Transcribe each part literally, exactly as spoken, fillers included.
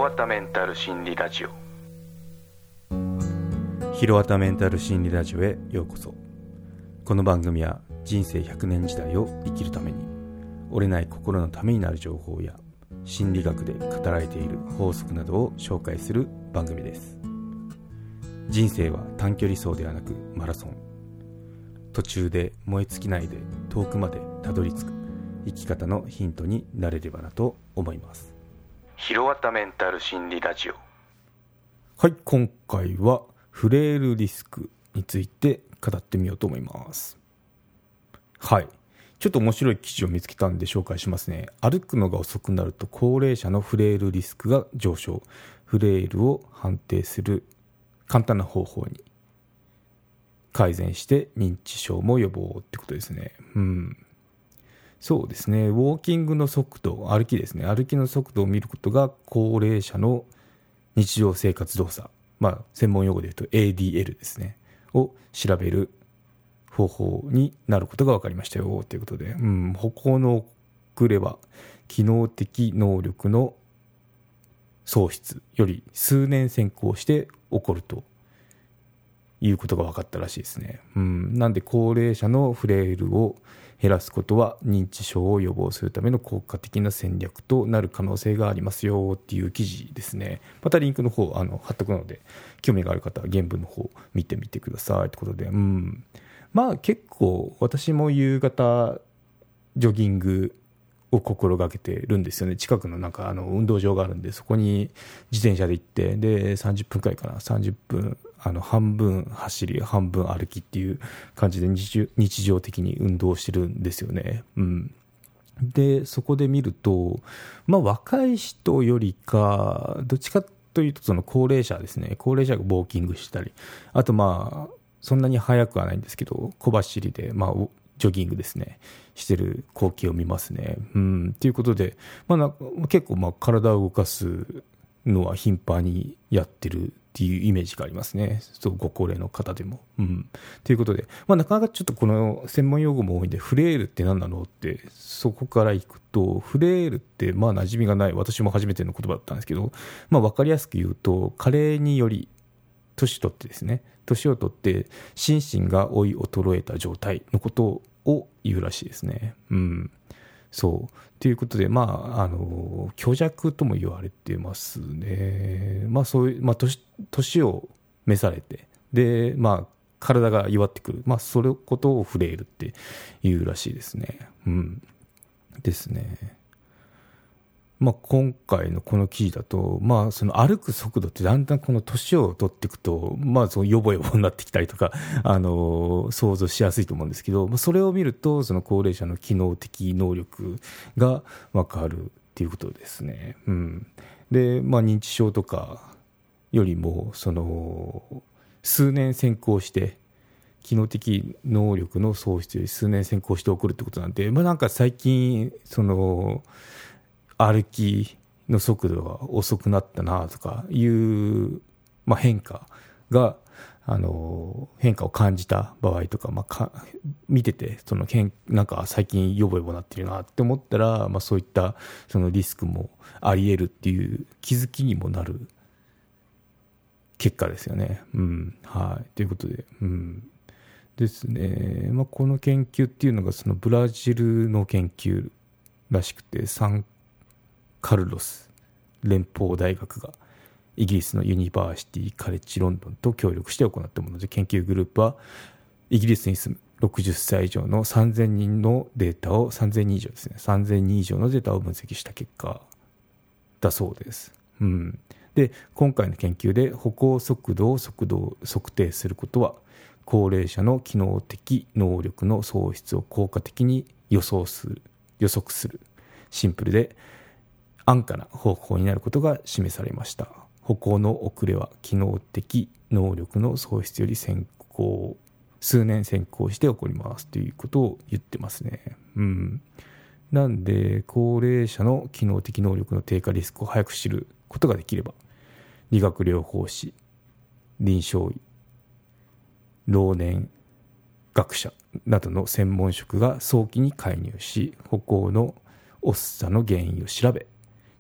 わたメンタル心理ラジオ。 ひろわたメンタル心理ラジオへようこそ。この番組は人生ひゃくねん時代を生きるために折れない心のためになる情報や心理学で語られている法則などを紹介する番組です。人生は短距離走ではなくマラソン。途中で燃え尽きないで遠くまでたどり着く生き方のヒントになれればなと思います。 ひろわたメンタル心理ラジオ。 はい、今回はフレイルリスクについて語ってみようと思います。はい、ちょっと面白い記事を見つけたんで紹介しますね。歩くのが遅くなると高齢者のフレイルリスクが上昇。フレイルを判定する簡単な方法に改善して認知症も予防ってことですね。うん、そうですね。ウォーキングの速度、歩きですね。歩きの速度を見ることが高齢者の日常生活動作、まあ専門用語で言うと エーディーエル ですね、を調べる方法になることが分かりましたよということで、うん、歩行の遅れは機能的能力の喪失より数年先行して起こるということが分かったらしいですね。うん、なんで高齢者のフレイルを減らすことは認知症を予防するための効果的な戦略となる可能性がありますよっていう記事ですね。またリンクの方あの貼っとくので、興味がある方は原文の方見てみてくださいということで、うん、まあ結構私も夕方ジョギングを心がけてるんですよね。近くのなんかあの運動場があるんで、そこに自転車で行って、でさんじゅっぷんくらいかな、さんじゅっぷんあの半分走り半分歩きっていう感じで日日常的に運動してるんですよね。うん、でそこで見ると、まあ、若い人よりかどっちかというとその高齢者ですね。高齢者がウォーキングしたり、あとまあそんなに速くはないんですけど小走りで、まあジョギングですねしてる光景を見ますね。うん、ということで、まあ、な結構まあ体を動かすのは頻繁にやってるっていうイメージがありますね。そうご高齢の方でも。うん、ということで、まあ、なかなかちょっとこの専門用語も多いんで、フレイルって何なのってそこからいくと、フレイルってまあ馴染みがない、私も初めての言葉だったんですけど、まあ、分かりやすく言うと加齢により年取ってですね、年を取って心身が老い衰えた状態のことを言うらしいですね。うん、そうということで、まああの虚弱とも言われてますね。まあそういう、まあ、年年を召されて、でまあ体が弱ってくる、まあそれことをフレイルっていうらしいですね。うんですね。まあ、今回のこの記事だと、まあ、その歩く速度ってだんだんこの年を取っていくと、まあ、そのヨボヨボになってきたりとか、あの想像しやすいと思うんですけど、それを見るとその高齢者の機能的能力が分かるっていうことですね。うん、で、まあ、認知症とかよりもその数年先行して機能的能力の喪失より数年先行して起こるってことなんで、まあ、なんか最近その歩きの速度が遅くなったなとかいう、まあ、変化があの変化を感じた場合とか、まあ、か見ててその変なんか最近ヨボヨボなってるなって思ったら、まあ、そういったそのリスクもあり得るっていう気づきにもなる結果ですよね。うん、はい、ということで、うんですね。まあ、この研究っていうのがそのブラジルの研究らしくて、サンカルロス連邦大学がイギリスのユニバーシティカレッジロンドンと協力して行ったもので、研究グループはイギリスに住むろくじゅっさい以上のさんぜんにんのデータをさんぜんにん以上ですねさんぜんにん以上のデータを分析した結果だそうです。うん、で今回の研究で歩行速度を速度測定することは高齢者の機能的能力の喪失を効果的に予想する予測するシンプルで安価な方法になることが示されました。歩行の遅れは機能的能力の喪失より先行数年先行して起こりますということを言ってますね。うん、なんで高齢者の機能的能力の低下リスクを早く知ることができれば、理学療法士、臨床医、老年学者などの専門職が早期に介入し、歩行の遅さの原因を調べ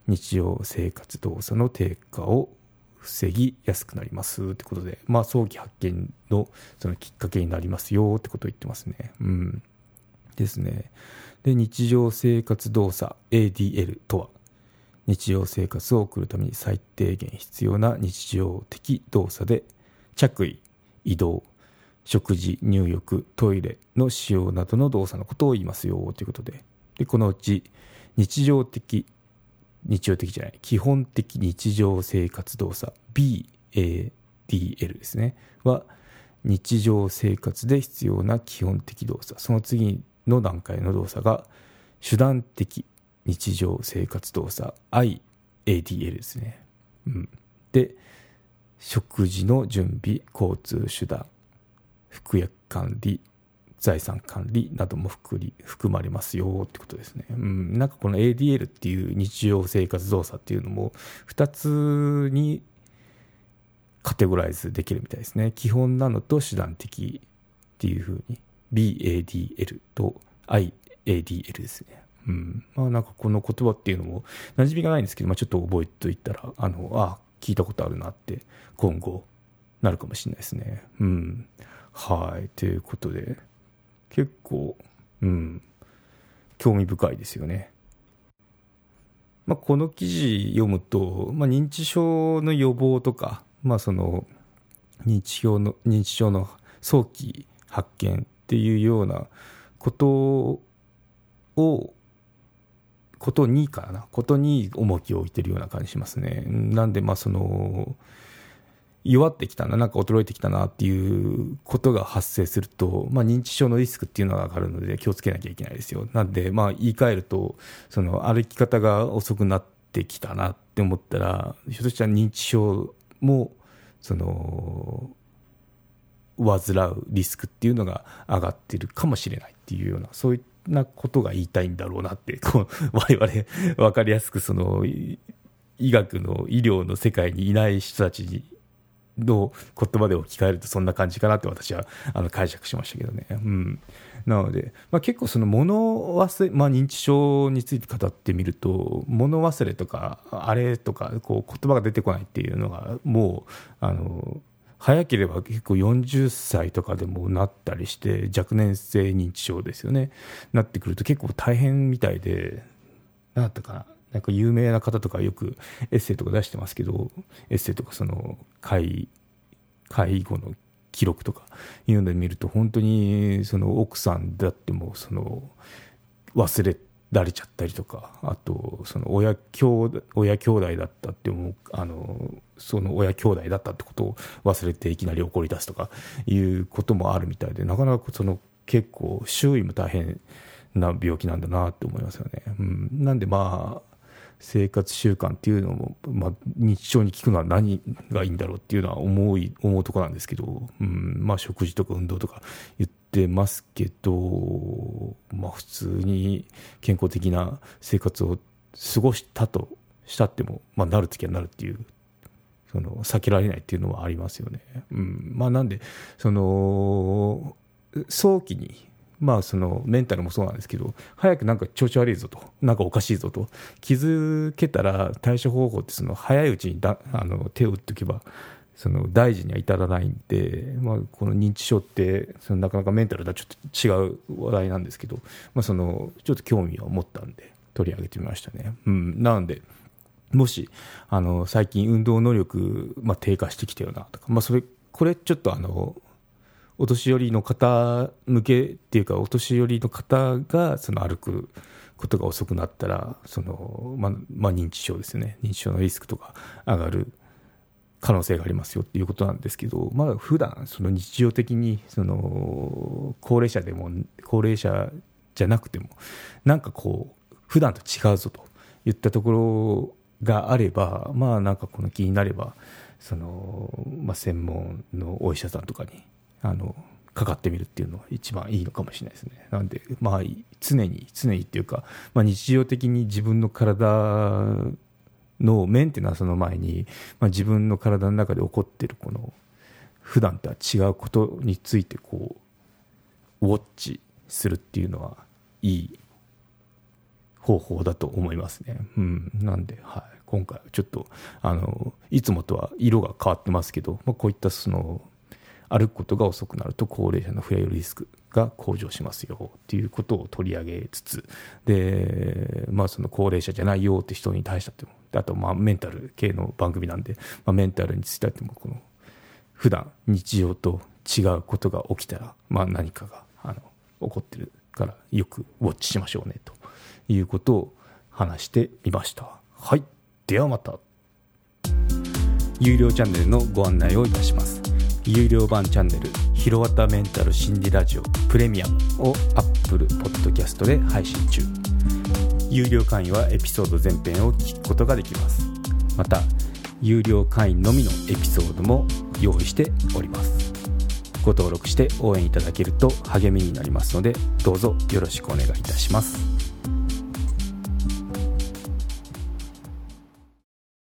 日常生活動作の低下を防ぎやすくなりますってことで、まあ、早期発見のそのきっかけになりますよってことを言ってますね。うんですね。で、日常生活動作 エーディーエル とは、日常生活を送るために最低限必要な日常的動作で、着衣、移動、食事、入浴、トイレの使用などの動作のことを言いますよということで、でこのうち日常的日常的じゃない基本的日常生活動作 ビーエーディーエル ですねは、日常生活で必要な基本的動作、その次の段階の動作が手段的日常生活動作 アイエーディーエル ですね、うん、で食事の準備、交通手段、服薬管理、財産管理なども含り含まれますよってことですね、うん、なんかこの エーディーエル っていう日常生活動作っていうのもふたつにカテゴライズできるみたいですね。基本なのと手段的っていう風に ビーエーディーエル と アイエーディーエル ですね。うん、まあなんかこの言葉っていうのも馴染みがないんですけど、まあ、ちょっと覚えておいたらあのあ聞いたことあるなって今後なるかもしれないですね。うん、はいということで結構、うん、興味深いですよね。まあ、この記事読むと、まあ、認知症の予防とか、まあ、その認知症の認知症の早期発見っていうようなことをことにかなことに重きを置いてるような感じしますね。なんでまあその弱ってきたな、なんか衰えてきたなっていうことが発生すると、まあ、認知症のリスクっていうのが上がるので気をつけなきゃいけないですよ。なんでまあ言い換えると、その歩き方が遅くなってきたなって思ったら、ひょっとしたら認知症もその患うリスクっていうのが上がってるかもしれないっていうような、そういったことが言いたいんだろうなって、こう我々分かりやすくその医学の医療の世界にいない人たちにの言葉で置き換えるとそんな感じかなって私はあの解釈しましたけどね。うん、なので、まあ、結構その物忘れ、まあ、認知症について語ってみると、物忘れとかあれとかこう言葉が出てこないっていうのがもうあの早ければ結構よんじゅっさいとかでもなったりして、若年性認知症ですよね、なってくると結構大変みたいで、なんだったかな、なんか有名な方とかよくエッセイとか出してますけど、エッセイとかその介介護の記録とかいうのを見ると、本当にその奥さんだってもその忘れられちゃったりとか、あとその親兄弟親兄弟だったってもうあのその親兄弟だったってことを忘れていきなり怒り出すとかいうこともあるみたいで、なかなかその結構周囲も大変な病気なんだなって思いますよね。うん、なんでまあ生活習慣っていうのも、まあ、日常に効くのは何がいいんだろうっていうのは思い思うところなんですけど、うんまあ、食事とか運動とか言ってますけど、まあ、普通に健康的な生活を過ごしたとしたっても、まあ、なるときはなるっていう、その避けられないっていうのはありますよね。うんまあ、なんでその早期にまあ、そのメンタルもそうなんですけど、早くなんか調子悪いぞと、なんかおかしいぞと気づけたら、対処方法ってその早いうちにだあの手を打っておけばその大事には至らないんで、まあ、この認知症ってそのなかなかメンタルとはちょっと違う話題なんですけど、まあ、そのちょっと興味を持ったんで取り上げてみましたね。うん、なのでもしあの最近運動能力、まあ、低下してきてるなとか、まあ、それこれちょっとあのお年寄りの方向けっていうか、お年寄りの方がその歩くことが遅くなったら、その、まあ、まあ、認知症ですよね。認知症のリスクとか上がる可能性がありますよっていうことなんですけど、まあ、普段その日常的にその高齢者でも高齢者じゃなくてもなんかこう普段と違うぞといったところがあれば、まあなんかこの気になればその、まあ、専門のお医者さんとかにあのかかってみるっていうのは一番いいのかもしれないですね。なので、まあ、常に常にっていうか、まあ、日常的に自分の体のメンテナンスの前に、まあ、自分の体の中で起こっているこの普段とは違うことについてこうウォッチするっていうのはいい方法だと思いますね。うん、なんで、はい、今回はちょっとあのいつもとは色が変わってますけど、まあ、こういったその歩くことが遅くなると高齢者のフレイルリスクが向上しますよっていうことを取り上げつつ、で、まあ、その高齢者じゃないよって人に対しても、あとまあメンタル系の番組なんで、まあ、メンタルについてもこの普段日常と違うことが起きたら、まあ、何かがあの起こってるからよくウォッチしましょうねということを話してみました。はい、ではまた。有料チャンネルのご案内をいたします。有料版チャンネルひろわたメンタル心理ラジオプレミアムを Apple Podcast で配信中。有料会員はエピソード全編を聞くことができます。また有料会員のみのエピソードも用意しております。ご登録して応援いただけると励みになりますので、どうぞよろしくお願いいたします。